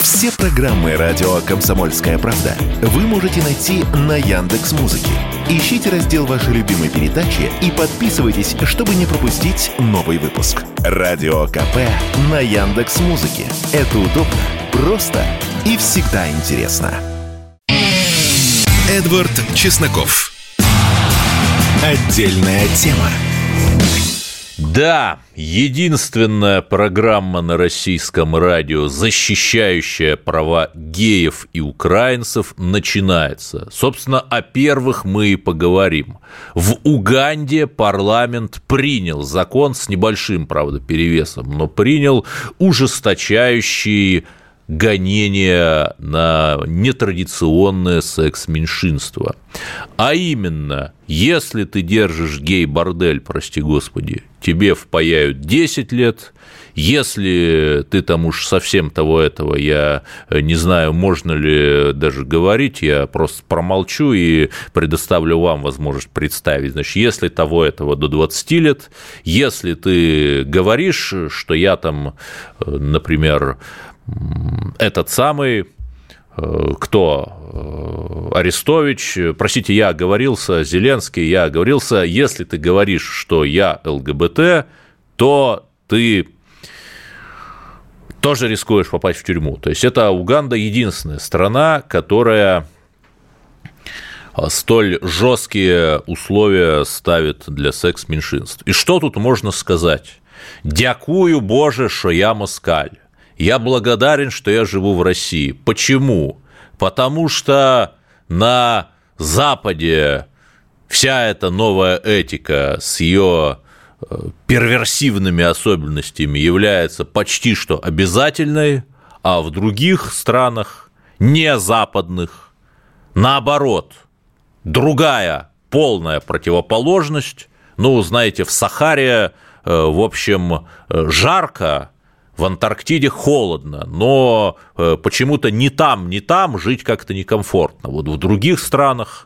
Все программы радио «Комсомольская правда» вы можете найти на Яндекс.Музыке. Ищите раздел вашей любимой передачи и подписывайтесь, чтобы не пропустить новый выпуск. Радио КП на Яндекс.Музыке. Это удобно, просто и всегда интересно. Эдвард Чесноков. Отдельная тема. Да, единственная программа на российском радио, защищающая права геев и украинцев, начинается. Собственно, о первых мы и поговорим. В Уганде парламент принял закон с небольшим, правда, перевесом, но принял ужесточающий гонения на нетрадиционное секс-меньшинство. А именно, если ты держишь гей-бордель, прости господи, тебе впаяют 10 лет, если ты там уж совсем того этого, я не знаю, можно ли даже говорить, я просто промолчу и предоставлю вам возможность представить. Значит, если того этого до 20 лет, если ты говоришь, что я там, например, этот самый, кто, Арестович, простите, я оговорился, Зеленский, я оговорился, если ты говоришь, что я ЛГБТ, то ты тоже рискуешь попасть в тюрьму. То есть это Уганда единственная страна, которая столь жесткие условия ставит для секс-меньшинств. И что тут можно сказать? Дякую, Боже, что я москаль. Я благодарен, что я живу в России. Почему? Потому что на Западе вся эта новая этика с ее перверсивными особенностями является почти что обязательной, а в других странах, не западных, наоборот, другая полная противоположность. Ну, знаете, в Сахаре, в общем, жарко, в Антарктиде холодно, но почему-то ни там жить как-то некомфортно. Вот в других странах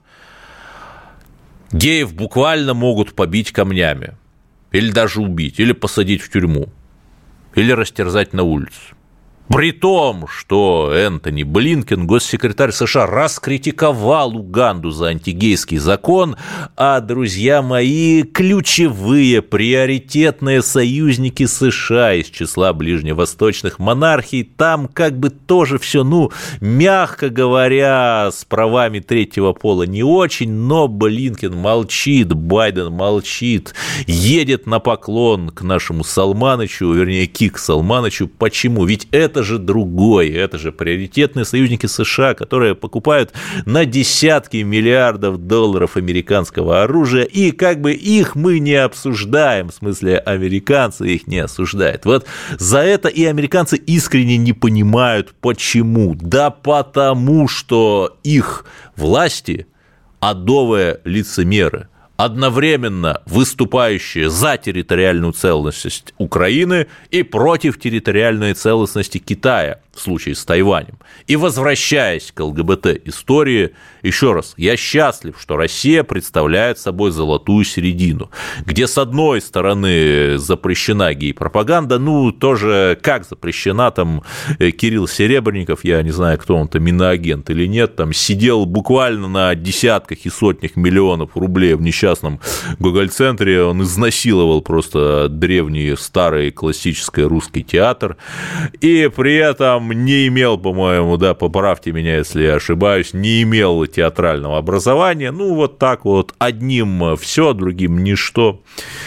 геев буквально могут побить камнями, или даже убить, или посадить в тюрьму, или растерзать на улице. При том, что Энтони Блинкен, госсекретарь США, раскритиковал Уганду за антигейский закон, а, друзья мои, ключевые, приоритетные союзники США из числа ближневосточных монархий, там как бы тоже все, ну, мягко говоря, с правами третьего пола не очень, но Блинкен молчит, Байден молчит, едет на поклон к нашему Салманычу, вернее, Кик Салманычу. Почему? Ведь это же другой, это же приоритетные союзники США, которые покупают на десятки миллиардов долларов американского оружия, и как бы их мы не обсуждаем, в смысле американцы их не осуждают. Вот за это и американцы искренне не понимают, почему. Да потому что их власти адовые лицемеры, одновременно выступающие за территориальную целостность Украины и против территориальной целостности Китая в случае с Тайванем. И возвращаясь к ЛГБТ-истории, еще раз, я счастлив, что Россия представляет собой золотую середину, где с одной стороны запрещена гей-пропаганда, ну, тоже как запрещена, там Кирилл Серебренников, я не знаю, кто он там, иноагент или нет, там сидел буквально на десятках и сотнях миллионов рублей в несчастном Гоголь-центре, он изнасиловал просто древний, старый, классический русский театр, и при этом не имел, по-моему, да, поправьте меня, если я ошибаюсь, не имел театрального образования, ну, вот так вот, одним все, другим ничто.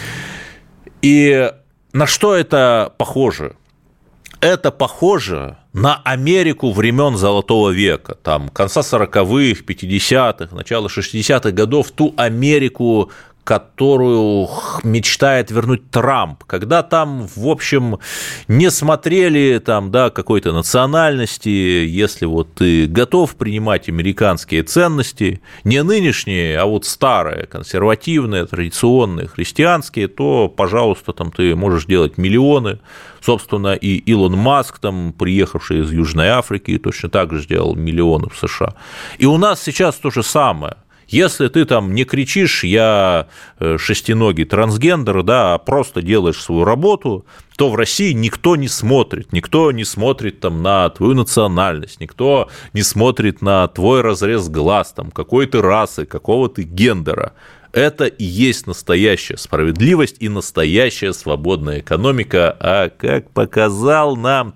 И на что это похоже? Это похоже на Америку времен Золотого века, там, конца 40-х, 50-х, начала 60-х годов, ту Америку, которую мечтает вернуть Трамп, когда там, в общем, не смотрели там, да, какой-то национальности, если вот ты готов принимать американские ценности, не нынешние, а вот старые, консервативные, традиционные, христианские, то, пожалуйста, там ты можешь делать миллионы. Собственно, и Илон Маск, там, приехавший из Южной Африки, точно так же сделал миллионы в США. И у нас сейчас то же самое. Если ты там не кричишь, я шестиногий трансгендер, да, а просто делаешь свою работу, то в России никто не смотрит там на твою национальность, никто не смотрит на твой разрез глаз, там, какой ты расы, какого ты гендера. Это и есть настоящая справедливость и настоящая свободная экономика, а как показал нам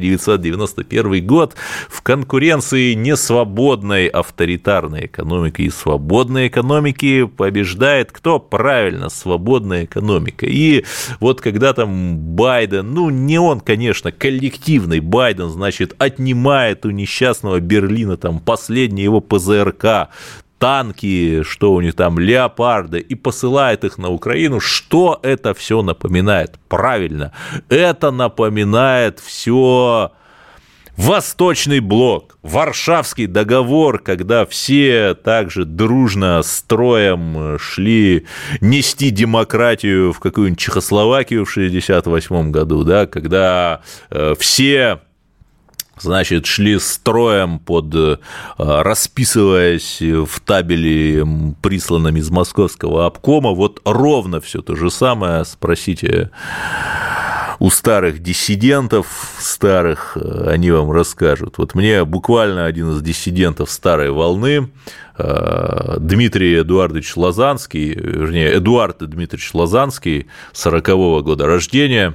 1991 год, в конкуренции несвободной авторитарной экономики и свободной экономики побеждает кто? Правильно, свободная экономика. И вот когда там Байден, ну не он, конечно, коллективный Байден, значит, отнимает у несчастного Берлина там последний его ПЗРК, танки, что у них там, леопарды, и посылает их на Украину, что это все напоминает? Правильно, это напоминает все Восточный блок, Варшавский договор, когда все также дружно строем шли нести демократию в какую-нибудь Чехословакию в 1968 году, да, когда все, значит, шли строем, расписываясь в табеле, присланном из московского обкома. Вот ровно все то же самое, спросите у старых диссидентов, они вам расскажут. Вот мне буквально один из диссидентов старой волны, Дмитрий Эдуардович Лазанский, вернее, Эдуард Дмитриевич Лазанский, 40-го года рождения,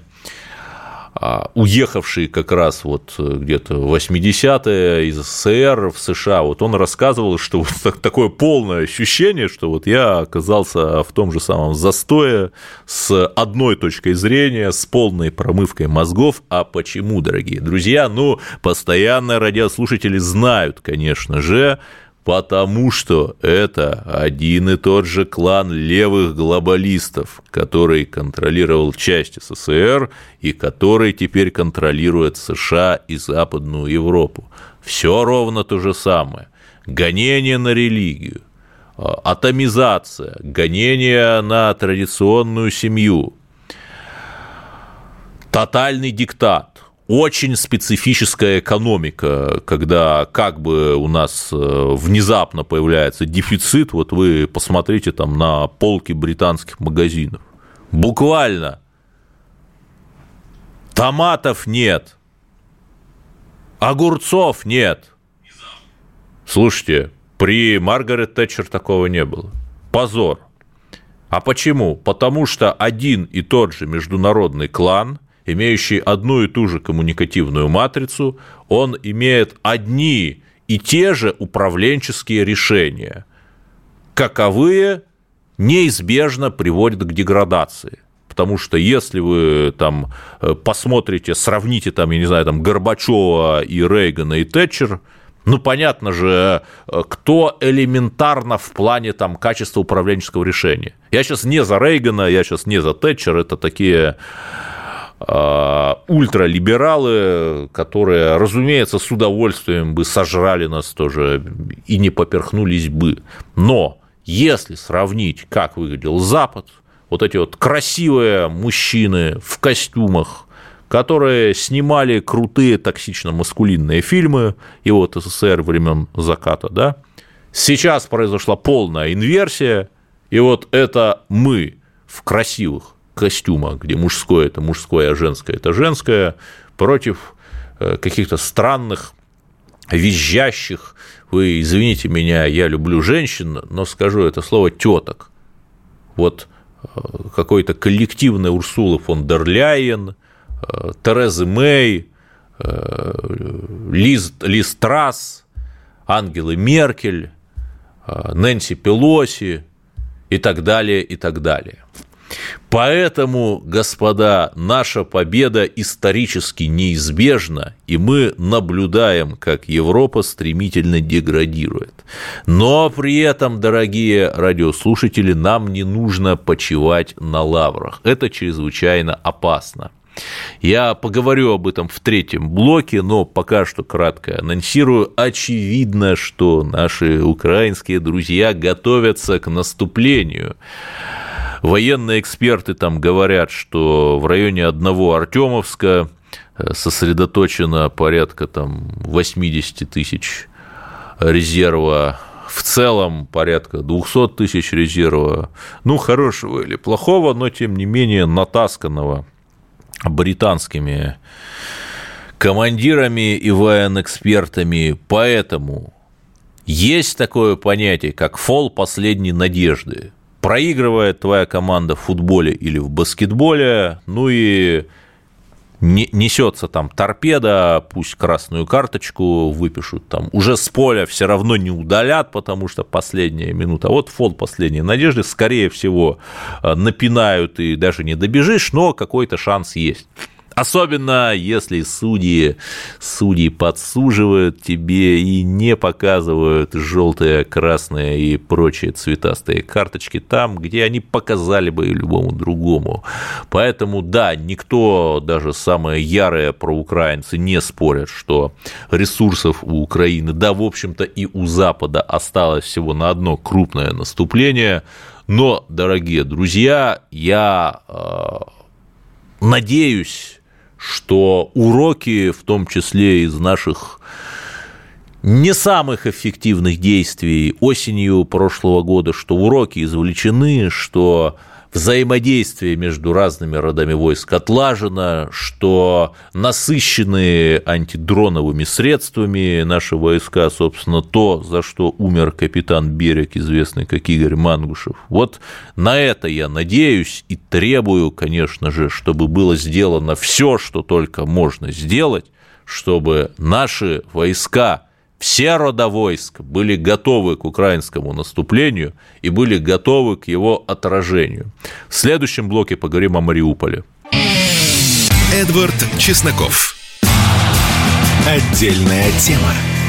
уехавший как раз вот где-то в 80-е из СССР в США, вот он рассказывал, что вот такое полное ощущение, что вот я оказался в том же самом застое с одной точкой зрения, с полной промывкой мозгов. А почему, дорогие друзья? Ну, постоянно радиослушатели знают, конечно же, потому что это один и тот же клан левых глобалистов, который контролировал часть СССР и который теперь контролирует США и Западную Европу. Все ровно то же самое. Гонение на религию, атомизация, гонение на традиционную семью, тотальный диктат. Очень специфическая экономика, когда как бы у нас внезапно появляется дефицит, вот вы посмотрите там на полки британских магазинов. Буквально томатов нет, огурцов нет. Слушайте, при Маргарет Тэтчер такого не было. Позор. А почему? Потому что один и тот же международный клан, имеющий одну и ту же коммуникативную матрицу, он имеет одни и те же управленческие решения, каковые неизбежно приводят к деградации. Потому что если вы там посмотрите, сравните там, я не знаю, там Горбачева и Рейгана и Тэтчер, ну, понятно же, кто элементарно в плане там качества управленческого решения. Я сейчас не за Рейгана, я сейчас не за Тэтчер, это такие ультралибералы, которые, разумеется, с удовольствием бы сожрали нас тоже и не поперхнулись бы. Но если сравнить, как выглядел Запад, вот эти вот красивые мужчины в костюмах, которые снимали крутые токсично-маскулинные фильмы, и вот СССР времен заката, да, сейчас произошла полная инверсия, и вот это мы в красивых костюмах, где мужское – это мужское, а женское – это женское, против каких-то странных, визжащих, вы извините меня, я люблю женщин, но скажу это слово теток. Вот какой-то коллективный Урсулы фон дер Ляйен, Терезы Мэй, Лиз Трасс, Ангелы Меркель, Нэнси Пелоси и так далее, и так далее. Поэтому, господа, наша победа исторически неизбежна, и мы наблюдаем, как Европа стремительно деградирует. Но при этом, дорогие радиослушатели, нам не нужно почивать на лаврах. Это чрезвычайно опасно. Я поговорю об этом в третьем блоке, но пока что кратко анонсирую. Очевидно, что наши украинские друзья готовятся к наступлению. Военные эксперты там говорят, что в районе одного Артемовска сосредоточено порядка там 80 тысяч резерва в целом порядка 200 тысяч резерва, ну, хорошего или плохого, но, тем не менее, натасканного британскими командирами и военэкспертами. Поэтому есть такое понятие, как фол последней надежды. Проигрывает твоя команда в футболе или в баскетболе, ну и несется там торпеда, пусть красную карточку выпишут, там уже с поля все равно не удалят, потому что последняя минута. Вот фол последней надежды, скорее всего, напинают и даже не добежишь, но какой-то шанс есть. Особенно, если судьи подсуживают тебе и не показывают желтые, красные и прочие цветастые карточки там, где они показали бы и любому другому. Поэтому, да, никто, даже самые ярые проукраинцы, не спорят, что ресурсов у Украины, да, в общем-то, и у Запада осталось всего на одно крупное наступление. Но, дорогие друзья, я надеюсь, что уроки, в том числе из наших не самых эффективных действий осенью прошлого года, что уроки извлечены, что взаимодействие между разными родами войск отлажено, что насыщены антидроновыми средствами наши войска, собственно, то, за что умер капитан Берег, известный как Игорь Мангушев. Вот на это я надеюсь и требую, конечно же, чтобы было сделано все, что только можно сделать, чтобы наши войска, все рода войск были готовы к украинскому наступлению и были готовы к его отражению. В следующем блоке поговорим о Мариуполе. Эдвард Чесноков. Отдельная тема.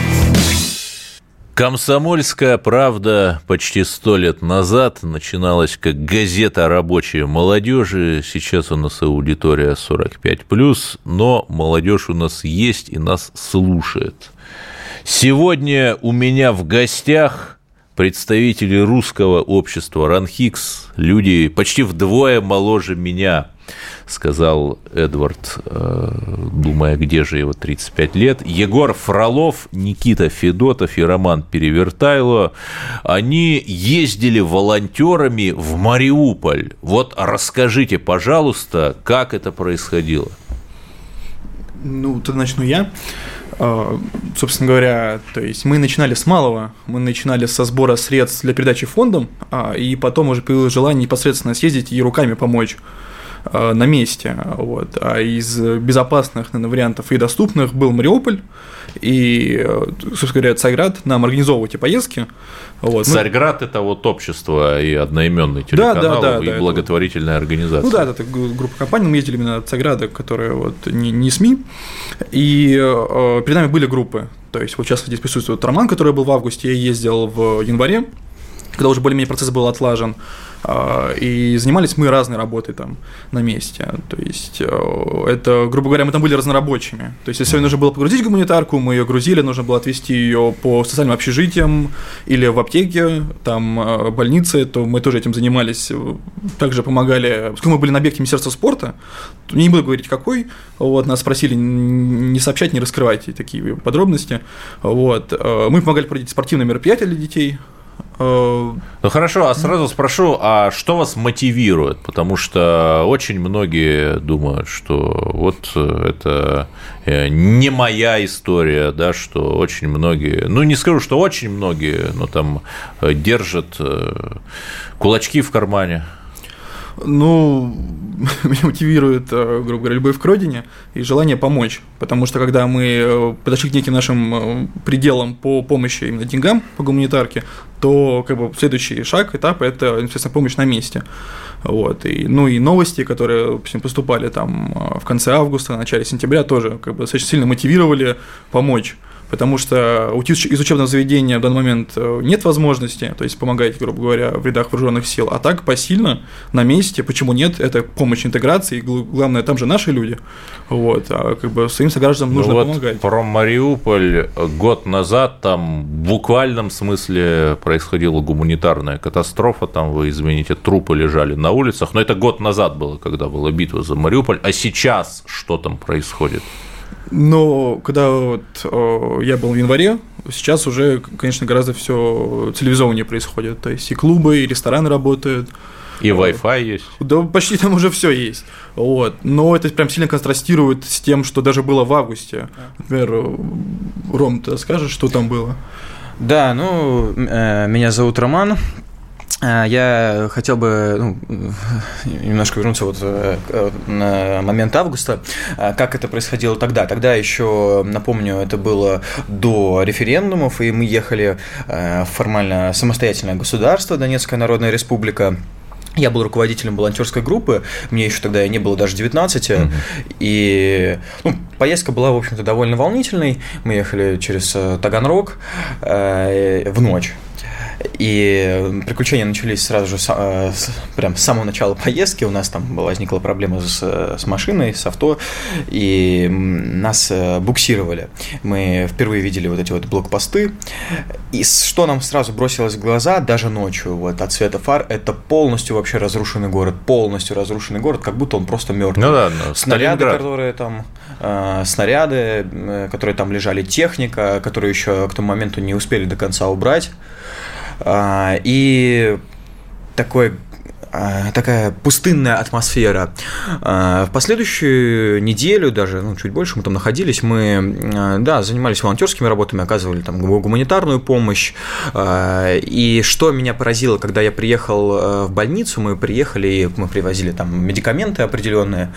«Комсомольская правда» почти 100 лет назад начиналась как газета рабочей молодежи. Сейчас у нас аудитория 45+, но молодежь у нас есть и нас слушает. Сегодня у меня в гостях представители русского общества «Ранхикс», люди почти вдвое моложе меня, сказал Эдвард, думая, где же его 35 лет, Егор Фролов, Никита Федотов и Роман Перевертайло. Они ездили волонтерами в Мариуполь. Вот расскажите, пожалуйста, как это происходило. Ну, тогда начну я. Собственно говоря, то есть мы начинали с малого, мы начинали со сбора средств для передачи фондам, и потом уже появилось желание непосредственно съездить и руками помочь на месте. Вот. А из безопасных, наверное, вариантов и доступных был Мариуполь, и, собственно говоря, Царьград нам организовывал эти поездки. Вот. Царьград – это вот общество и одноименный телеканал, и благотворительная организация. Ну да, это группа компаний, мы ездили именно от Царьграда, которые вот не СМИ, и перед нами были группы, то есть вот сейчас здесь присутствует Роман, который был в августе, я ездил в январе, когда уже более-менее процесс был отлажен, и занимались мы разной работой там на месте, то есть это, грубо говоря, мы там были разнорабочими, то есть если нужно было погрузить гуманитарку, мы ее грузили, нужно было отвезти ее по социальным общежитиям или в аптеке, там больницы, то мы тоже этим занимались, также помогали, поскольку мы были на объекте Министерства спорта, не буду говорить какой, вот, нас просили не сообщать, не раскрывать такие подробности, вот, мы помогали проводить спортивные мероприятия для детей. Ну хорошо, а сразу спрошу, а что вас мотивирует? Потому что очень многие думают, что вот это не моя история, да, что очень многие, ну не скажу, что очень многие, но там держат кулачки в кармане. Ну, меня мотивирует, грубо говоря, любовь к родине и желание помочь, потому что когда мы подошли к неким нашим пределам по помощи именно деньгам, по гуманитарке, то как бы следующий шаг, этап – это, естественно, помощь на месте. Вот. И, ну и новости, которые поступали там в конце августа, в начале сентября, тоже как бы достаточно сильно мотивировали помочь. Потому что уйти из учебного заведения в данный момент нет возможности, то есть помогать, грубо говоря, в рядах вооруженных сил, а так посильно на месте, почему нет, это помощь интеграции, главное, там же наши люди, вот, а как бы своим согражданам нужно помогать. Про Мариуполь год назад там в буквальном смысле происходила гуманитарная катастрофа, там, вы извините, трупы лежали на улицах, но это год назад было, когда была битва за Мариуполь, а сейчас что там происходит? Но когда вот, я был в январе, Сейчас уже, конечно, гораздо все цивилизованнее происходит. То есть и клубы, и рестораны работают. И Wi-Fi есть. Да, почти там уже все есть. Вот. Но это прям сильно контрастирует с тем, что даже было в августе. Например, Ром, ты скажешь, что там было? Да, меня зовут Роман. Я хотел бы немножко вернуться на момент августа, как это происходило тогда. Тогда еще, напомню, это было до референдумов, и мы ехали в формально самостоятельное государство, Донецкая Народная Республика. Я был руководителем волонтерской группы, мне еще тогда не было даже 19, и поездка была, в общем-то, довольно волнительной. Мы ехали через Таганрог в ночь. И приключения начались сразу же прям с самого начала поездки. У нас там возникла проблема с машиной, с авто, и нас буксировали. Мы впервые видели вот эти вот блокпосты. И что нам сразу бросилось в глаза, даже ночью, вот от света фар, это полностью вообще разрушенный город, как будто он просто мертвый. Ну да, снаряды, которые там лежали, техника, которую еще к тому моменту не успели до конца убрать. И такая пустынная атмосфера. В последующую неделю, даже чуть больше мы там находились, мы занимались волонтерскими работами, оказывали там гуманитарную помощь. И что меня поразило, когда я приехал в больницу, мы привозили там медикаменты определенные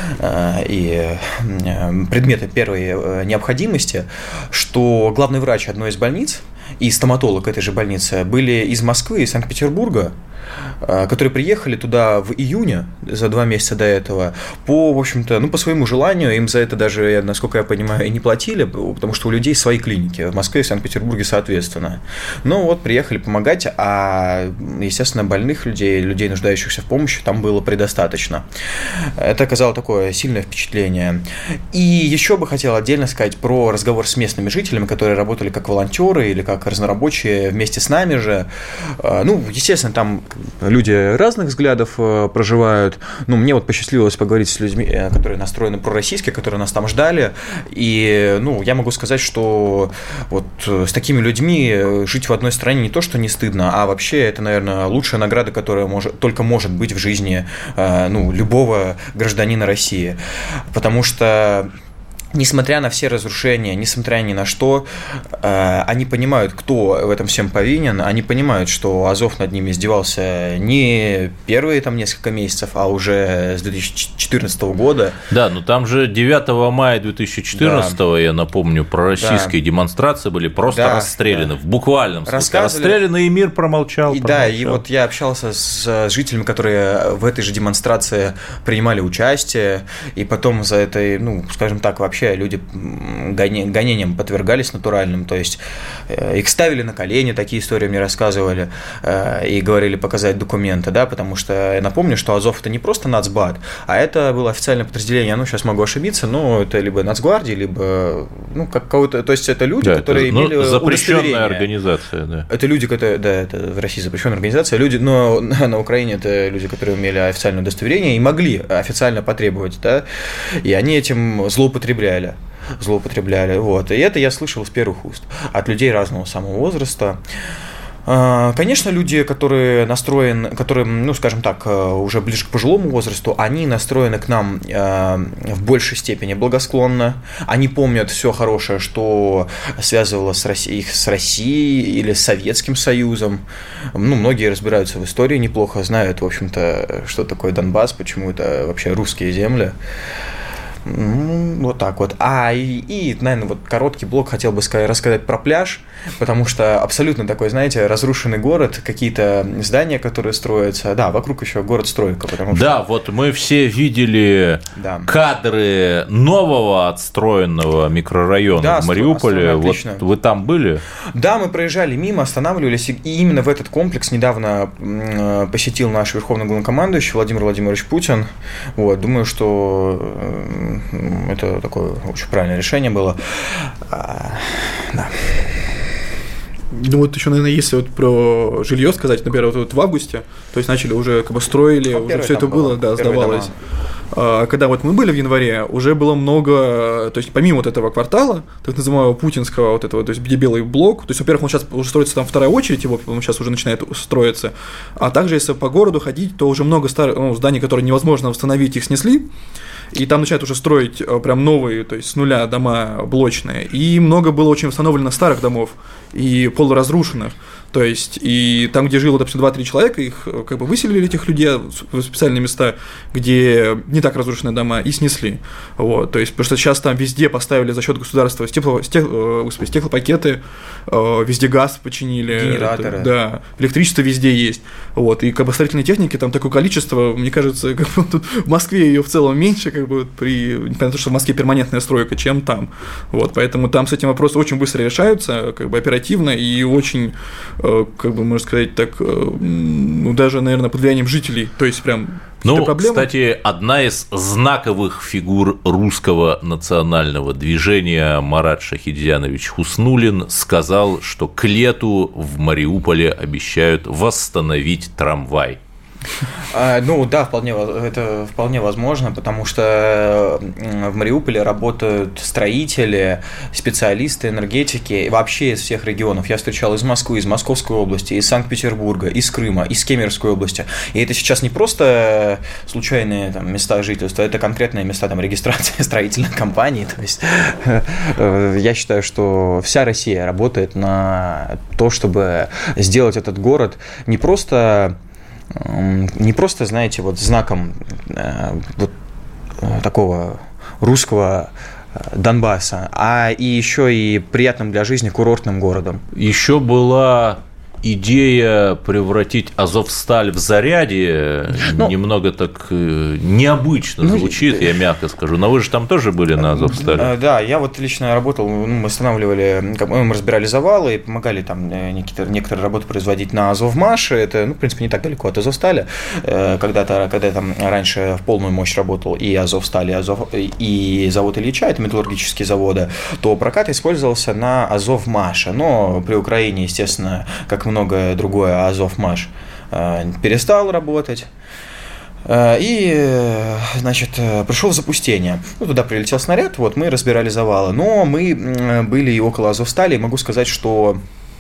и предметы первой необходимости, что главный врач одной из больниц и стоматолог этой же больницы были из Москвы и Санкт-Петербурга, которые приехали туда в июне, за 2 месяца до этого, по своему желанию, им за это даже, насколько я понимаю, и не платили, потому что у людей свои клиники, в Москве и Санкт-Петербурге соответственно. Приехали помогать, а, естественно, больных людей, нуждающихся в помощи, там было предостаточно. Это оказало такое сильное впечатление. И еще бы хотел отдельно сказать про разговор с местными жителями, которые работали как волонтеры или как разнорабочие вместе с нами же. Естественно, там люди разных взглядов проживают. Мне посчастливилось поговорить с людьми, которые настроены пророссийски, которые нас там ждали. И, я могу сказать, что с такими людьми жить в одной стране не то, что не стыдно, а вообще это, наверное, лучшая награда, которая только может быть в жизни любого гражданина России. Потому что несмотря на все разрушения, несмотря ни на что, они понимают, кто в этом всем повинен, они понимают, что Азов над ними издевался не первые несколько месяцев, а уже с 2014 года. Да, там же 9 мая 2014, я напомню, пророссийские демонстрации были просто расстреляны, в буквальном смысле. Расстреляны, и мир промолчал. И я общался с жителями, которые в этой же демонстрации принимали участие, и потом за это, скажем так, вообще люди гонениям подвергались натуральным, то есть их ставили на колени, такие истории мне рассказывали, и говорили показать документы, потому что я напомню, что Азов это не просто нацбат, а это было официальное подразделение, сейчас могу ошибиться, но это либо Нацгвардия, либо какого-то, то есть это люди, которые имели запрещенная организация, да. Это люди, которые, это в России запрещенная организация, но на Украине это люди, которые имели официальное удостоверение и могли официально потребовать, и они этим злоупотребляли. И это я слышал из первых уст от людей разного самого возраста. Конечно, люди, которые скажем так, уже ближе к пожилому возрасту, они настроены к нам в большей степени благосклонно. Они помнят все хорошее, что связывало их с Россией или с Советским Союзом. Многие разбираются в истории неплохо, знают, в общем-то, что такое Донбасс, почему это вообще русские земли. Вот так вот. Наверное, короткий блок хотел бы рассказать про пляж, потому что абсолютно такой, знаете, разрушенный город, какие-то здания, которые строятся. Да, вокруг еще город-стройка. Да, мы все видели кадры нового отстроенного микрорайона в Мариуполе. Вы там были? Да, мы проезжали мимо, останавливались, и именно в этот комплекс недавно посетил наш верховный главнокомандующий Владимир Владимирович Путин. Думаю, что это такое очень правильное решение было. Да. Еще, наверное, если про жилье сказать, например, в августе, то есть начали уже строили, уже все это было, сдавалось. когда вот мы были в январе, уже было много, то есть помимо вот этого квартала, так называемого путинского вот этого, то есть где белый блок, то есть, во-первых, он сейчас уже строится там вторая очередь, его он сейчас уже начинает строиться, а также если по городу ходить, то уже много старых зданий, которые невозможно восстановить, их снесли, и там начинают уже строить прям новые, то есть с нуля дома блочные, и много было очень восстановлено старых домов и полуразрушенных. То есть, и там, где жило, допустим, 2-3 человека, их как бы выселили, этих людей, в специальные места, где не так разрушенные дома, и снесли. Вот, то есть, потому что сейчас там везде поставили за счет государства стеклопакеты, везде газ починили. Генераторы. Да, электричество везде есть. Вот, и как бы строительной техники там такое количество, мне кажется, как бы тут в Москве ее в целом меньше, как бы понятно, что в Москве перманентная стройка, чем там. Вот, поэтому там с этим вопросы очень быстро решаются, как бы оперативно и очень, как бы, можно сказать так, даже, наверное, под влиянием жителей, то есть прям проблемы. Кстати, одна из знаковых фигур русского национального движения Марат Шахидзянович Хуснуллин сказал, что к лету в Мариуполе обещают восстановить трамвай. Ну да, это вполне возможно, потому что в Мариуполе работают строители, специалисты, энергетики, и вообще из всех регионов. Я встречал из Москвы, из Московской области, из Санкт-Петербурга, из Крыма, из Кемеровской области. И это сейчас не просто случайные там места жительства, это конкретные места там регистрации строительных компаний. То есть я считаю, что вся Россия работает на то, чтобы сделать этот город не просто, знаете, вот знаком вот такого русского Донбасса, а и еще и приятным для жизни курортным городом. Еще была идея превратить Азовсталь в Зарядье, немного так необычно звучит, я мягко скажу, но вы же там тоже были на Азовстале. Да, я вот лично работал, мы восстанавливали, мы разбирали завалы и помогали там некоторые работы производить на Азовмаше, это, в принципе, не так далеко от Азовсталя, когда я там раньше в полную мощь работал и Азовсталь, и завод Ильича, это металлургические заводы, то прокат использовался на Азовмаше, но при Украине, естественно, как многое другое, Азовмаш перестал работать. И, значит, пришло в запустение. Туда прилетел снаряд, вот, мы разбирали завалы. Но мы были и около Азовстали, и могу сказать, что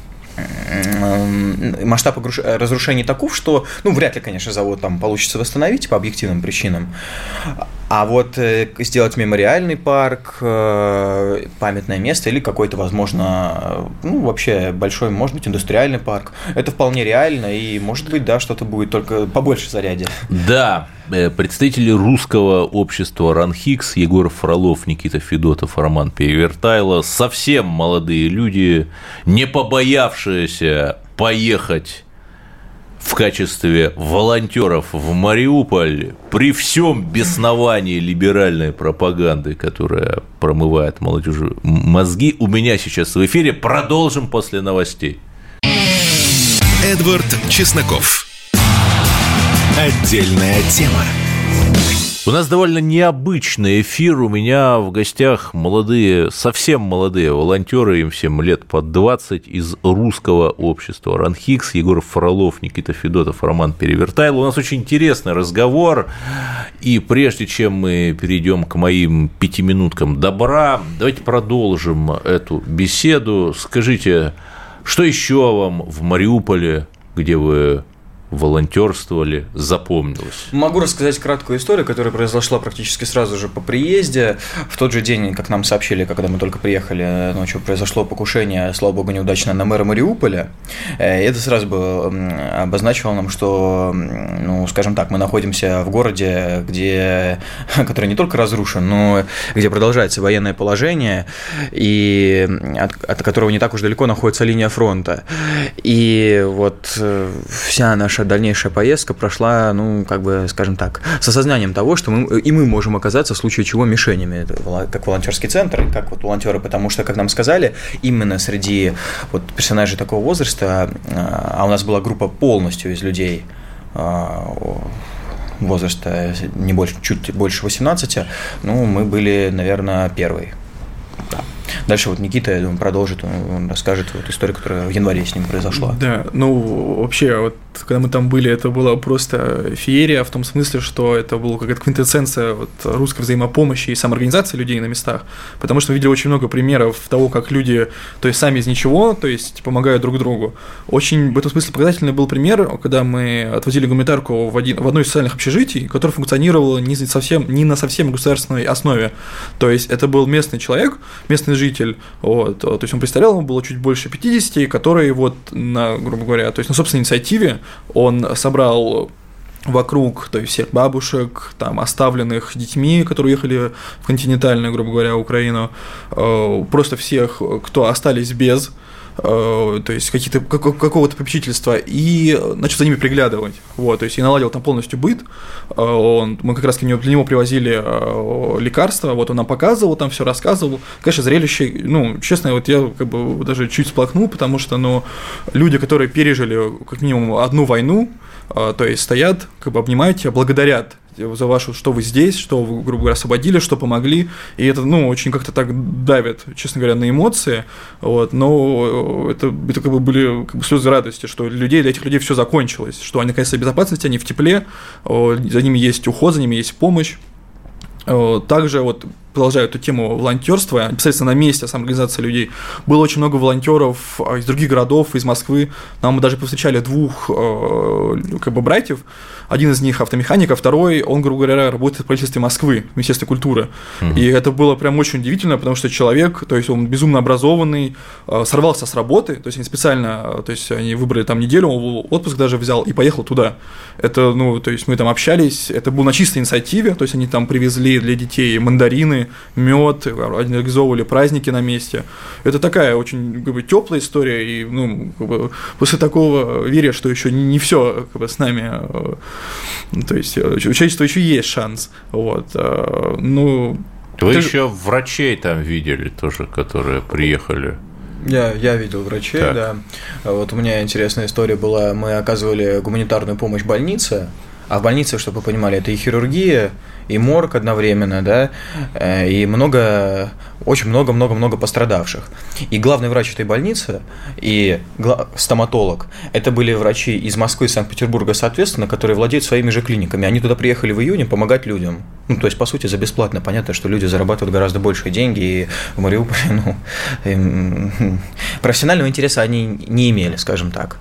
масштаб разрушений таков, что, вряд ли, конечно, завод там получится восстановить по объективным причинам. А вот сделать мемориальный парк, памятное место или какой-то, возможно, вообще большой, может быть, индустриальный парк, это вполне реально, и, может быть, да, что-то будет, только побольше Зарядья. Да, представители русского общества РАНХИКС, Егор Фролов, Никита Федотов, Роман Перевертайло, совсем молодые люди, не побоявшиеся поехать в качестве волонтеров в Мариуполь при всем бесновании либеральной пропаганды, которая промывает молодежи мозги, у меня сейчас в эфире. Продолжим после новостей. Эдвард Чесноков. Отдельная тема. У нас довольно необычный эфир, у меня в гостях молодые, совсем молодые волонтеры, им всем лет под 20, из русского общества РАНХИКС, Егор Фролов, Никита Федотов, Роман Перевертайло. У нас очень интересный разговор, и прежде чем мы перейдем к моим 5 минуткам добра, давайте продолжим эту беседу. Скажите, что еще вам в Мариуполе, где вы волонтерствовали, запомнилось? Могу рассказать краткую историю, которая произошла практически сразу же по приезде. В тот же день, как нам сообщили, когда мы только приехали ночью, произошло покушение, слава богу, неудачно, на мэра Мариуполя. И это сразу бы обозначило нам, что, скажем так, мы находимся в городе, который не только разрушен, но где продолжается военное положение, и от которого не так уж далеко находится линия фронта. И вот вся наша дальнейшая поездка прошла, скажем так, с осознанием того, что мы можем оказаться в случае чего мишенями, как волонтерский центр, и как вот волонтеры, потому что, как нам сказали, именно среди вот персонажей такого возраста, а у нас была группа полностью из людей возраста чуть больше 18, мы были, наверное, первые. Да. Дальше вот Никита, я думаю, продолжит, он расскажет вот историю, которая в январе с ним произошла. Да, вообще, вот когда мы там были, это была просто феерия в том смысле, что это была какая-то квинтэссенция вот русской взаимопомощи и самоорганизации людей на местах, потому что мы видели очень много примеров того, как люди, то есть сами из ничего, то есть помогают друг другу. Очень в этом смысле показательный был пример, когда мы отвозили гуманитарку в одно из социальных общежитий, которое функционировало не на совсем государственной основе. То есть это был местный человек, местный житель, вот, то есть он представлял, ему было чуть больше 50, который вот грубо говоря, то есть на собственной инициативе он собрал вокруг, то есть всех бабушек, там, оставленных детьми, которые уехали в континентальную, грубо говоря, Украину, просто всех, кто остались без, то есть какого-то попечительства, и начал за ними приглядывать, вот, то есть и наладил там полностью быт, мы как раз для него привозили лекарства, вот он нам показывал, там все рассказывал, конечно, зрелище, честно, вот я как бы даже чуть сплакнул, потому что, люди, которые пережили как минимум одну войну, то есть стоят, как бы обнимают тебя, благодарят за вашу, что вы здесь, что вы, грубо говоря, освободили, что помогли, и это, очень как-то так давит, честно говоря, на эмоции, вот, но это как бы были слезы радости, что для этих людей все закончилось, что они наконец-то в безопасности, они в тепле, за ними есть уход, за ними есть помощь. Также вот продолжаю эту тему волонтерства, непосредственно на месте самоорганизации людей. Было очень много волонтеров из других городов, из Москвы. Нам мы даже повстречали двух как бы братьев. Один из них автомеханик, а второй, он, грубо говоря, работает в правительстве Москвы, в Министерстве культуры. И это было прям очень удивительно, потому что человек, то есть он безумно образованный, сорвался с работы, то есть они специально, то есть они выбрали там неделю, он отпуск даже взял и поехал туда. Это, то есть мы там общались, это было на чистой инициативе, то есть они там привезли для детей мандарины, мед, организовывали праздники на месте. Это такая очень как бы теплая история, и как бы, после такого веря, что еще не все как бы, с нами, то есть у человечества еще есть шанс. Вот. Вы еще врачей там видели тоже, которые приехали. Я видел врачей, так. Да. Вот у меня интересная история была. Мы оказывали гуманитарную помощь больнице, а в больнице, чтобы вы понимали, это и хирургия, и морг одновременно, да, и очень много пострадавших. И главный врач этой больницы и стоматолог – это были врачи из Москвы и Санкт-Петербурга, соответственно, которые владеют своими же клиниками. Они туда приехали в июне помогать людям. То есть, по сути, за бесплатно. Понятно, что люди зарабатывают гораздо большие деньги, и в Мариуполе, профессионального интереса они не имели, скажем так.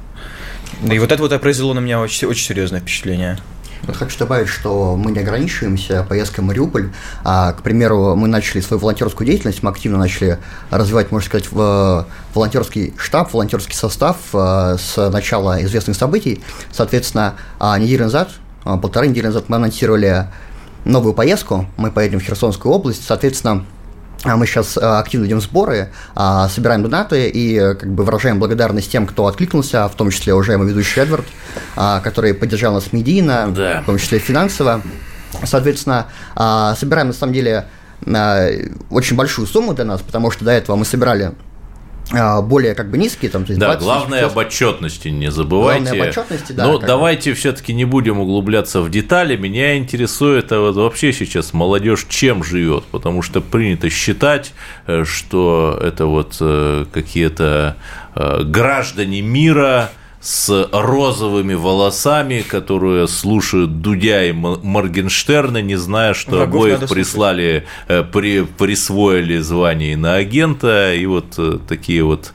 И вот это вот произвело на меня очень, очень серьезное впечатление. Вот хочу добавить, что мы не ограничиваемся поездкой в Мариуполь. К примеру, мы начали свою волонтерскую деятельность, мы активно начали развивать, можно сказать, волонтерский штаб, волонтерский состав с начала известных событий. Соответственно, полторы недели назад мы анонсировали новую поездку. Мы поедем в Херсонскую область. Соответственно, мы сейчас активно ведем сборы, собираем донаты и как бы выражаем благодарность тем, кто откликнулся, в том числе уважаемый ведущий Эдвард, который поддержал нас медийно, да. В том числе финансово. Соответственно, собираем на самом деле очень большую сумму для нас, потому что до этого мы собирали более как бы низкие, там, то есть да, главное об отчетности не забывайте. Главное об отчетности, да. Но давайте все-таки не будем углубляться в детали. Меня интересует вообще сейчас молодежь чем живет, потому что принято считать, что это вот какие-то граждане мира с розовыми волосами, которые слушают Дудя и Моргенштерна, не зная, что обоих присвоили звание иноагента, и вот такие вот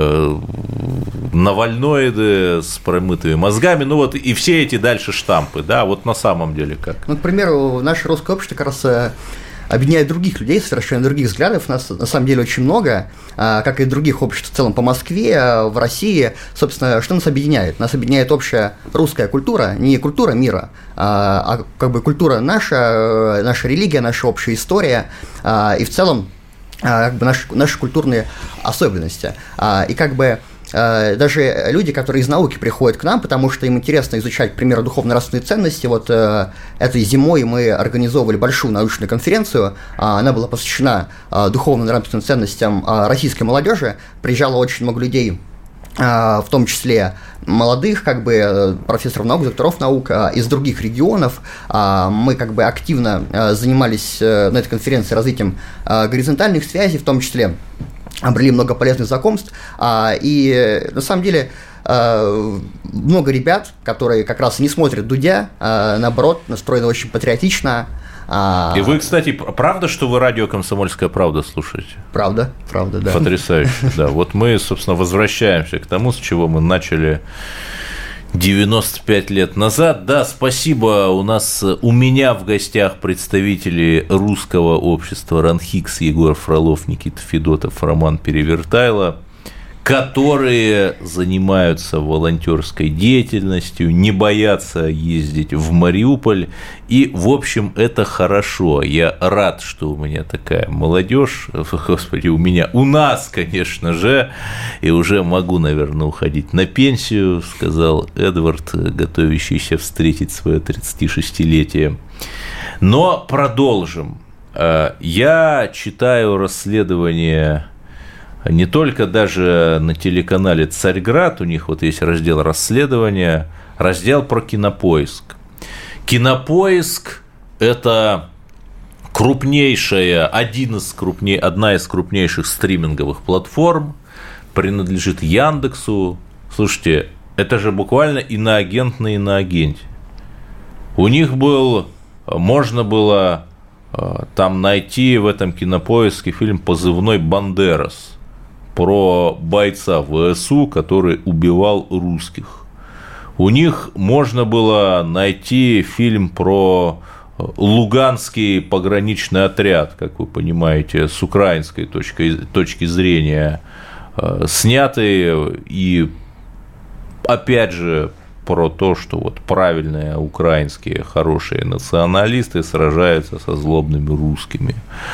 навальноиды с промытыми мозгами, и все эти дальше штампы, да, вот на самом деле как? К примеру, наше русское общество как раз объединяет других людей, совершенно других взглядов, нас на самом деле очень много, как и других обществ в целом по Москве, в России. Собственно, что нас объединяет? Нас объединяет общая русская культура, не культура мира, а как бы культура наша религия, наша общая история, и в целом как бы наши культурные особенности. И как бы даже люди, которые из науки приходят к нам, потому что им интересно изучать, к примеру, духовно-нравственные ценности. Вот этой зимой мы организовывали большую научную конференцию, она была посвящена духовно-нравственным ценностям российской молодежи. Приезжало очень много людей, в том числе молодых, как бы профессоров наук, докторов наук из других регионов. Мы как бы активно занимались на этой конференции развитием горизонтальных связей, в том числе обрели много полезных знакомств, и на самом деле много ребят, которые как раз не смотрят Дудя, наоборот, настроены очень патриотично. И вы, кстати, правда, что вы радио «Комсомольская правда» слушаете? Правда, да. Потрясающе, да. Вот мы, собственно, возвращаемся к тому, с чего мы начали 95 лет назад. Да, спасибо. У меня в гостях представители русского общества «Ранхикс», Егор Фролов, Никита Федотов, Роман Перевертайло, которые занимаются волонтерской деятельностью, не боятся ездить в Мариуполь. И, в общем, это хорошо. Я рад, что у меня такая молодежь. Господи, у нас, конечно же, и уже могу, наверное, уходить на пенсию, сказал Эдвард, готовящийся встретить свое 36-летие. Но продолжим. Я читаю расследование не только даже на телеканале «Царьград», у них вот есть раздел расследования, раздел про Кинопоиск. Кинопоиск – это одна из крупнейших стриминговых платформ, принадлежит Яндексу. Слушайте, это же буквально иноагент на иноагенте. У них можно было там найти в этом Кинопоиске фильм «Позывной Бандерас», про бойца ВСУ, который убивал русских. У них можно было найти фильм про Луганский пограничный отряд, как вы понимаете, с украинской точки зрения снятый, и опять же про то, что вот правильные украинские хорошие националисты сражаются со злобными русскими.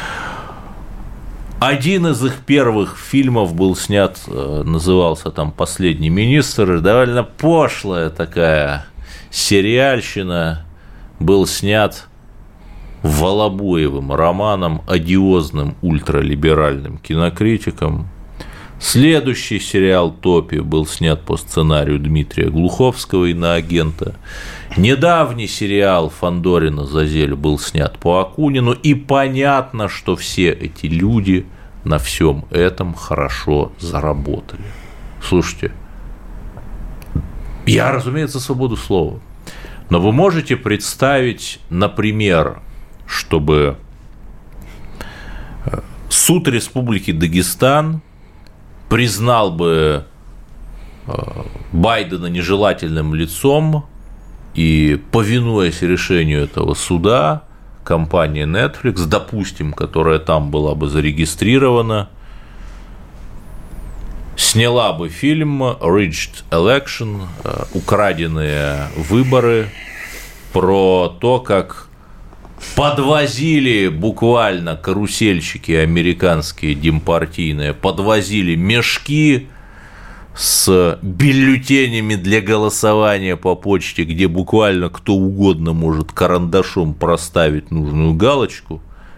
Один из их первых фильмов был снят, назывался там «Последний министр», довольно пошлая такая сериальщина, был снят Волобуевым, Романом, одиозным ультралиберальным кинокритиком. Следующий сериал «Топи» был снят по сценарию Дмитрия Глуховского, иноагента. Недавний сериал Фандорина «Зазель» был снят по Акунину, и понятно, что все эти люди на всем этом хорошо заработали. Слушайте, я, разумеется, за свободу слова, но вы можете представить, например, чтобы суд Республики Дагестан признал бы Байдена нежелательным лицом, и, повинуясь решению этого суда, компания Netflix, допустим, которая там была бы зарегистрирована, сняла бы фильм «Rigged Election», «Украденные выборы», про то, как подвозили буквально карусельщики американские демпартийные, подвозили мешки с бюллетенями для голосования по почте, где буквально кто угодно может карандашом проставить нужную галочку,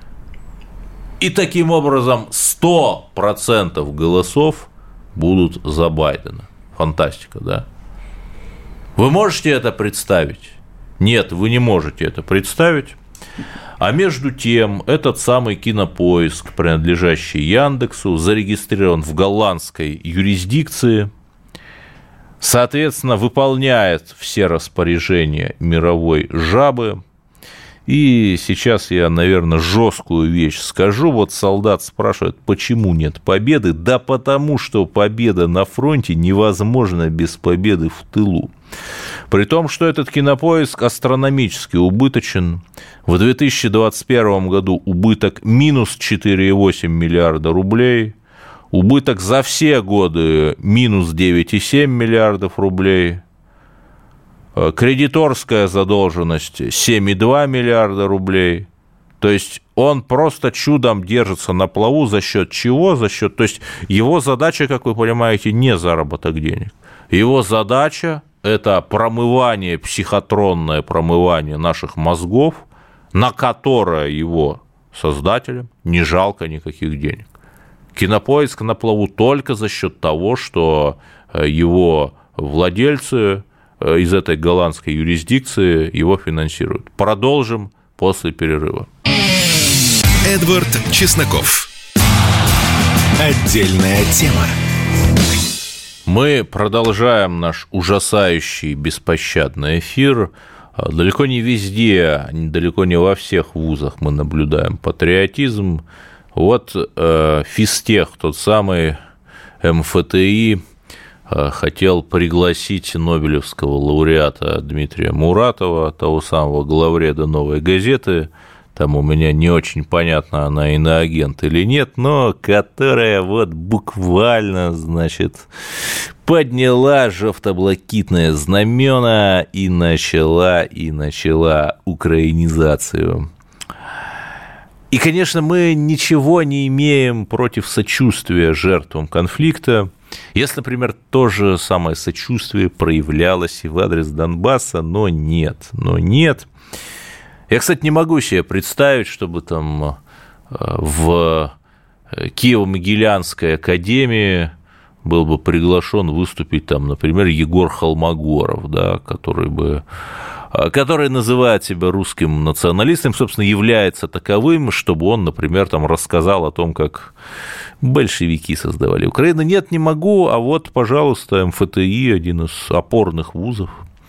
и таким образом 100% голосов будут за Байдена. Фантастика, да? Вы можете это представить? Нет, вы не можете это представить. А между тем, этот самый Кинопоиск, принадлежащий Яндексу, зарегистрирован в голландской юрисдикции, соответственно, выполняет все распоряжения мировой жабы. И сейчас я, наверное, жесткую вещь скажу. Вот солдат спрашивает, почему нет победы? Да потому, что победа на фронте невозможна без победы в тылу. При том, что этот Кинопоиск астрономически убыточен. В 2021 году убыток минус 4,8 миллиарда рублей. Убыток за все годы минус 9,7 миллиардов рублей. Кредиторская задолженность 7,2 миллиарда рублей. То есть он просто чудом держится на плаву за счет чего? То есть его задача, как вы понимаете, не заработок денег. Его задача – это промывание, психотронное промывание наших мозгов, на которое его создателям не жалко никаких денег. Кинопоиск на плаву только за счет того, что его владельцы из этой голландской юрисдикции его финансируют. Продолжим после перерыва. Эдвард Чесноков. Отдельная тема. Мы продолжаем наш ужасающий беспощадный эфир. Далеко не везде, далеко не во всех вузах мы наблюдаем патриотизм. Вот физтех, тот самый МФТИ, хотел пригласить нобелевского лауреата Дмитрия Муратова, того самого главреда «Новой газеты», там у меня не очень понятно, она иноагент или нет, но которая вот буквально, значит, подняла жовто-блакитное знамена и начала украинизацию. И, конечно, мы ничего не имеем против сочувствия жертвам конфликта. Если, например, то же самое сочувствие проявлялось и в адрес Донбасса, но нет. Я, кстати, не могу себе представить, чтобы там в Киево-Могилянской академии был бы приглашен выступить там, например, Егор Холмогоров, да, который называет себя русским националистом, собственно, является таковым, чтобы он, например, там рассказал о том, как большевики создавали Украину. Нет, не могу, а вот, пожалуйста, МФТИ, один из опорных вузов.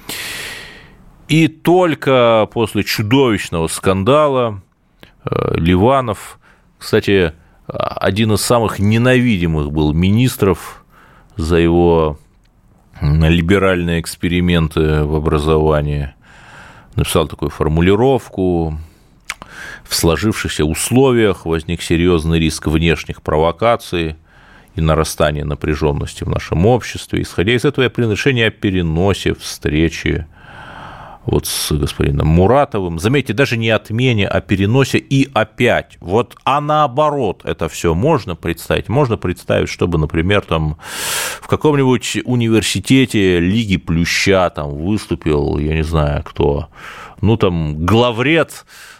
И только после чудовищного скандала Ливанов, кстати, один из самых ненавидимых был министров за его либеральные эксперименты в образовании, написал такую формулировку: в сложившихся условиях возник серьезный риск внешних провокаций и нарастания напряженности в нашем обществе. Исходя из этого, я принял решение о переносе встречи вот с господином Муратовым. Заметьте, даже не отмене, а переносе и опять. Вот, а наоборот, это все можно представить. Можно представить, чтобы, например, там в каком-нибудь университете Лиги Плюща там выступил, я не знаю кто, ну там главред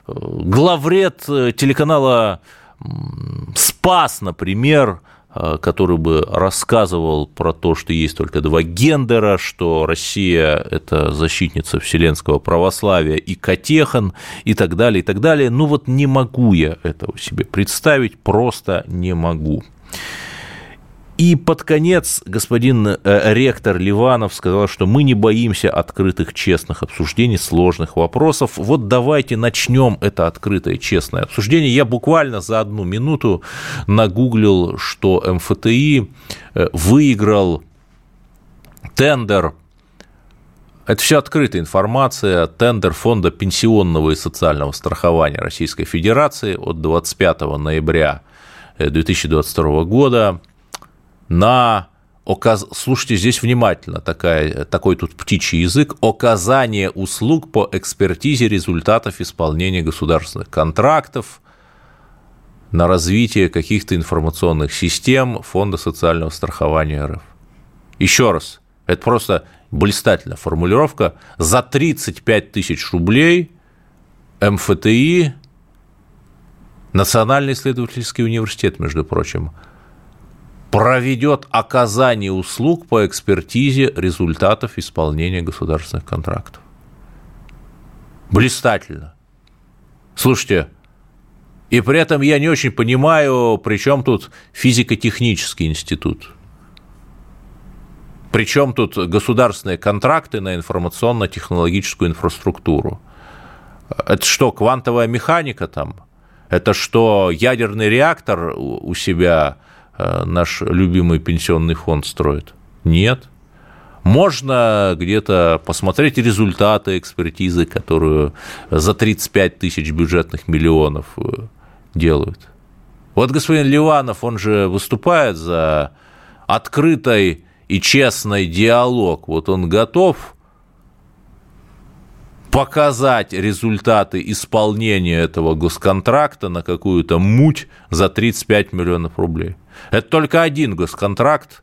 телеканала «Спас», например, который бы рассказывал про то, что есть только два гендера, что Россия – это защитница вселенского православия и катехан, и так далее, и так далее. Ну вот не могу я этого себе представить, просто не могу. И под конец господин ректор Ливанов сказал, что мы не боимся открытых, честных обсуждений сложных вопросов. Вот давайте начнем это открытое, честное обсуждение. Я буквально за 1 минуту нагуглил, что МФТИ выиграл тендер. Это все открытая информация. Тендер Фонда пенсионного и социального страхования Российской Федерации от 25 ноября 2022 года. Слушайте, здесь внимательно, такой тут птичий язык, оказание услуг по экспертизе результатов исполнения государственных контрактов на развитие каких-то информационных систем Фонда социального страхования РФ. Еще раз, это просто блистательная формулировка. За 35 тысяч рублей МФТИ, Национальный исследовательский университет, между прочим, проведет оказание услуг по экспертизе результатов исполнения государственных контрактов. Блистательно. Слушайте, и при этом я не очень понимаю, при чем тут физико-технический институт, при чем тут государственные контракты на информационно-технологическую инфраструктуру. Это что, квантовая механика там? Это что, ядерный реактор у себя наш любимый пенсионный фонд строит? Нет. Можно где-то посмотреть результаты экспертизы, которую за 35 тысяч бюджетных миллионов делают. Вот господин Ливанов, он же выступает за открытый и честный диалог. Вот он готов показать результаты исполнения этого госконтракта на какую-то муть за 35 миллионов рублей. Это только один госконтракт.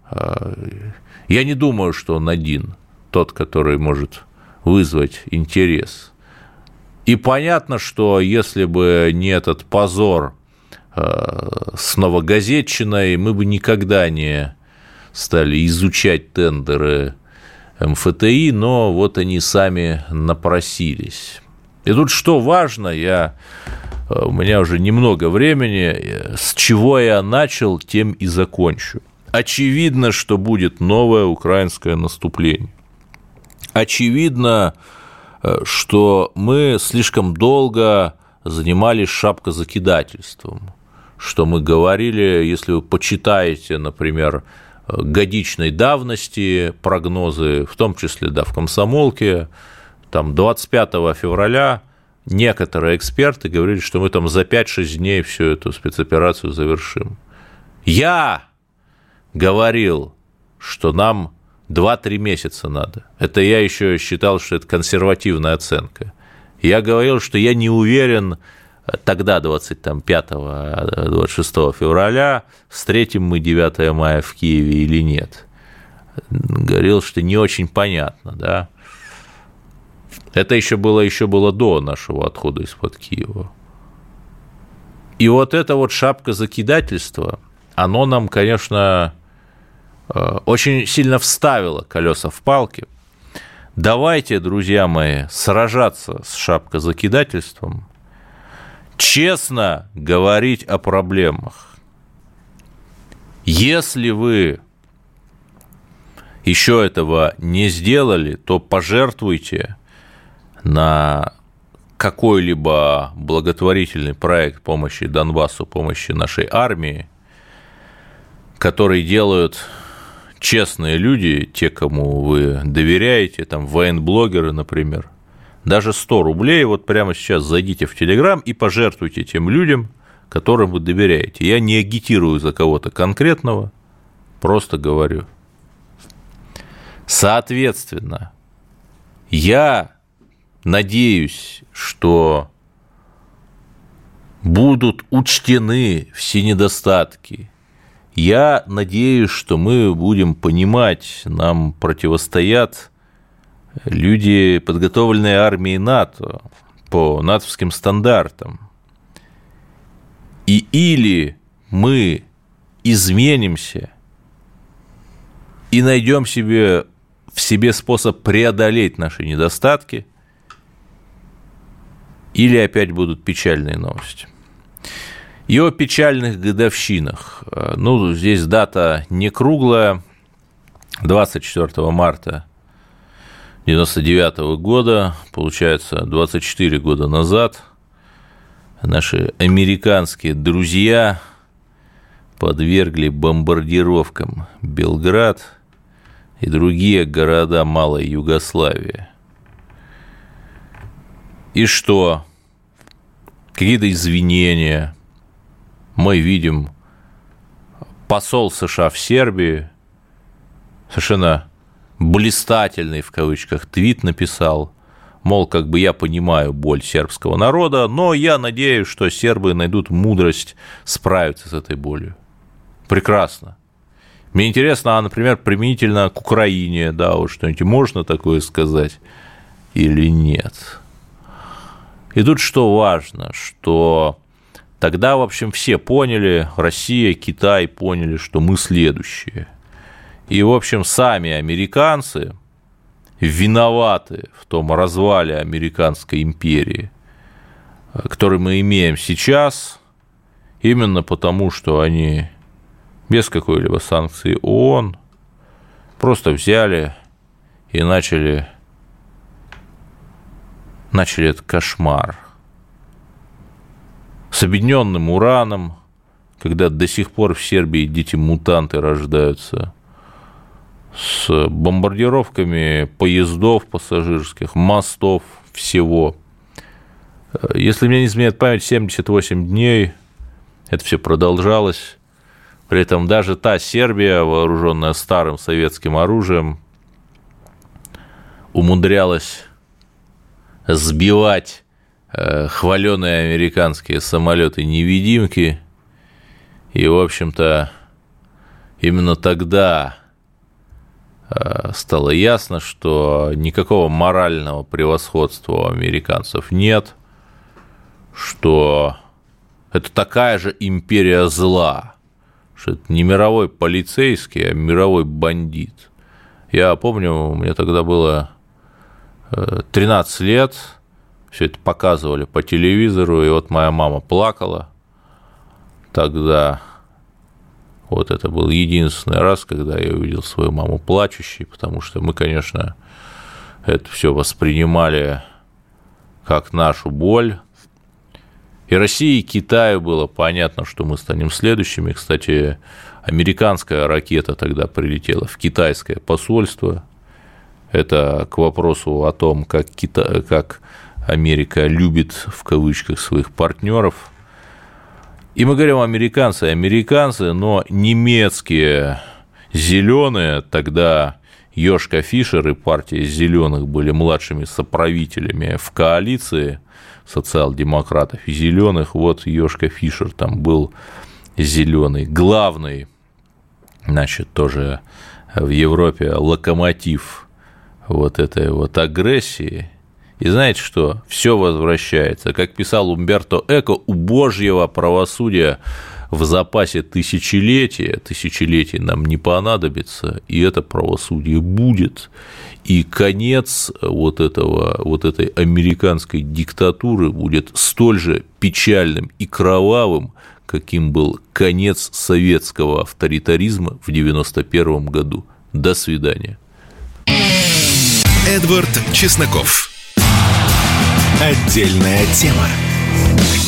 Я не думаю, что он один, тот, который может вызвать интерес. И понятно, что если бы не этот позор с новогазетчиной, мы бы никогда не стали изучать тендеры МФТИ, но вот они сами напросились. И тут что важно, я у меня уже немного времени, с чего я начал, тем и закончу. Очевидно, что будет новое украинское наступление. Очевидно, что мы слишком долго занимались шапкозакидательством, что мы говорили, если вы почитаете, например, годичной давности прогнозы, в том числе, да, в «Комсомолке», там 25 февраля некоторые эксперты говорили, что мы там за 5-6 дней всю эту спецоперацию завершим. Я говорил, что нам 2-3 месяца надо. Это я еще считал, что это консервативная оценка. Я говорил, что я не уверен, тогда, 25-26 февраля, встретим мы 9 мая в Киеве или нет. Говорил, что не очень понятно, да. Это еще было до нашего отхода из-под Киева. И вот это вот шапкозакидательство, оно нам, конечно, очень сильно вставило колеса в палки. Давайте, друзья мои, сражаться с шапкозакидательством, честно говорить о проблемах. Если вы еще этого не сделали, то пожертвуйте на какой-либо благотворительный проект помощи Донбассу, помощи нашей армии, который делают честные люди, те, кому вы доверяете, там, военблогеры, например. Даже 100 рублей, вот прямо сейчас зайдите в Телеграм и пожертвуйте тем людям, которым вы доверяете. Я не агитирую за кого-то конкретного, просто говорю. Соответственно, я надеюсь, что будут учтены все недостатки. Я надеюсь, что мы будем понимать, нам противостоят люди, подготовленные армией НАТО по натовским стандартам. И или мы изменимся и найдем в себе способ преодолеть наши недостатки, или опять будут печальные новости. И о печальных годовщинах. Ну, здесь дата не круглая. 24 марта 1999 года, получается, 24 года назад, наши американские друзья подвергли бомбардировкам Белград и другие города Малой Югославии. И что? Какие-то извинения. Мы видим, посол США в Сербии совершенно блистательный, в кавычках, твит написал, мол, как бы я понимаю боль сербского народа, но я надеюсь, что сербы найдут мудрость справиться с этой болью. Прекрасно. Мне интересно, а, например, применительно к Украине, да, вот что-нибудь можно такое сказать или нет? И тут что важно, что тогда, в общем, все поняли, Россия, Китай поняли, что мы следующие. И, в общем, сами американцы виноваты в том развале американской империи, который мы имеем сейчас, именно потому, что они без какой-либо санкции ООН просто взяли и начали этот кошмар с объединенным ураном, когда до сих пор в Сербии дети-мутанты рождаются, с бомбардировками поездов пассажирских, мостов, всего. Если мне не изменяет память, 78 дней это все продолжалось. При этом даже та Сербия, вооруженная старым советским оружием, умудрялась сбивать хваленые американские самолеты-невидимки. И, в общем-то, именно тогда стало ясно, что никакого морального превосходства у американцев нет, что это такая же империя зла, что это не мировой полицейский, а мировой бандит. Я помню, мне тогда было 13 лет, все это показывали по телевизору, и вот моя мама плакала тогда. Вот это был единственный раз, когда я увидел свою маму плачущей, потому что мы, конечно, это все воспринимали как нашу боль. И России, и Китаю было понятно, что мы станем следующими. Кстати, американская ракета тогда прилетела в китайское посольство. Это к вопросу о том, как Америка любит, в кавычках, своих партнеров. И мы говорим американцы, но немецкие зеленые, тогда Йошка Фишер и партия зеленых были младшими соправителями в коалиции социал-демократов и зеленых. Вот Йошка Фишер там был зеленый, главный, значит, тоже в Европе локомотив вот этой вот агрессии. И знаете что? Все возвращается. Как писал Умберто Эко, у Божьего правосудия в запасе тысячелетий нам не понадобится, и это правосудие будет. И конец вот этой американской диктатуры будет столь же печальным и кровавым, каким был конец советского авторитаризма в 1991 году. До свидания. Эдвард Чесноков. Отдельная тема.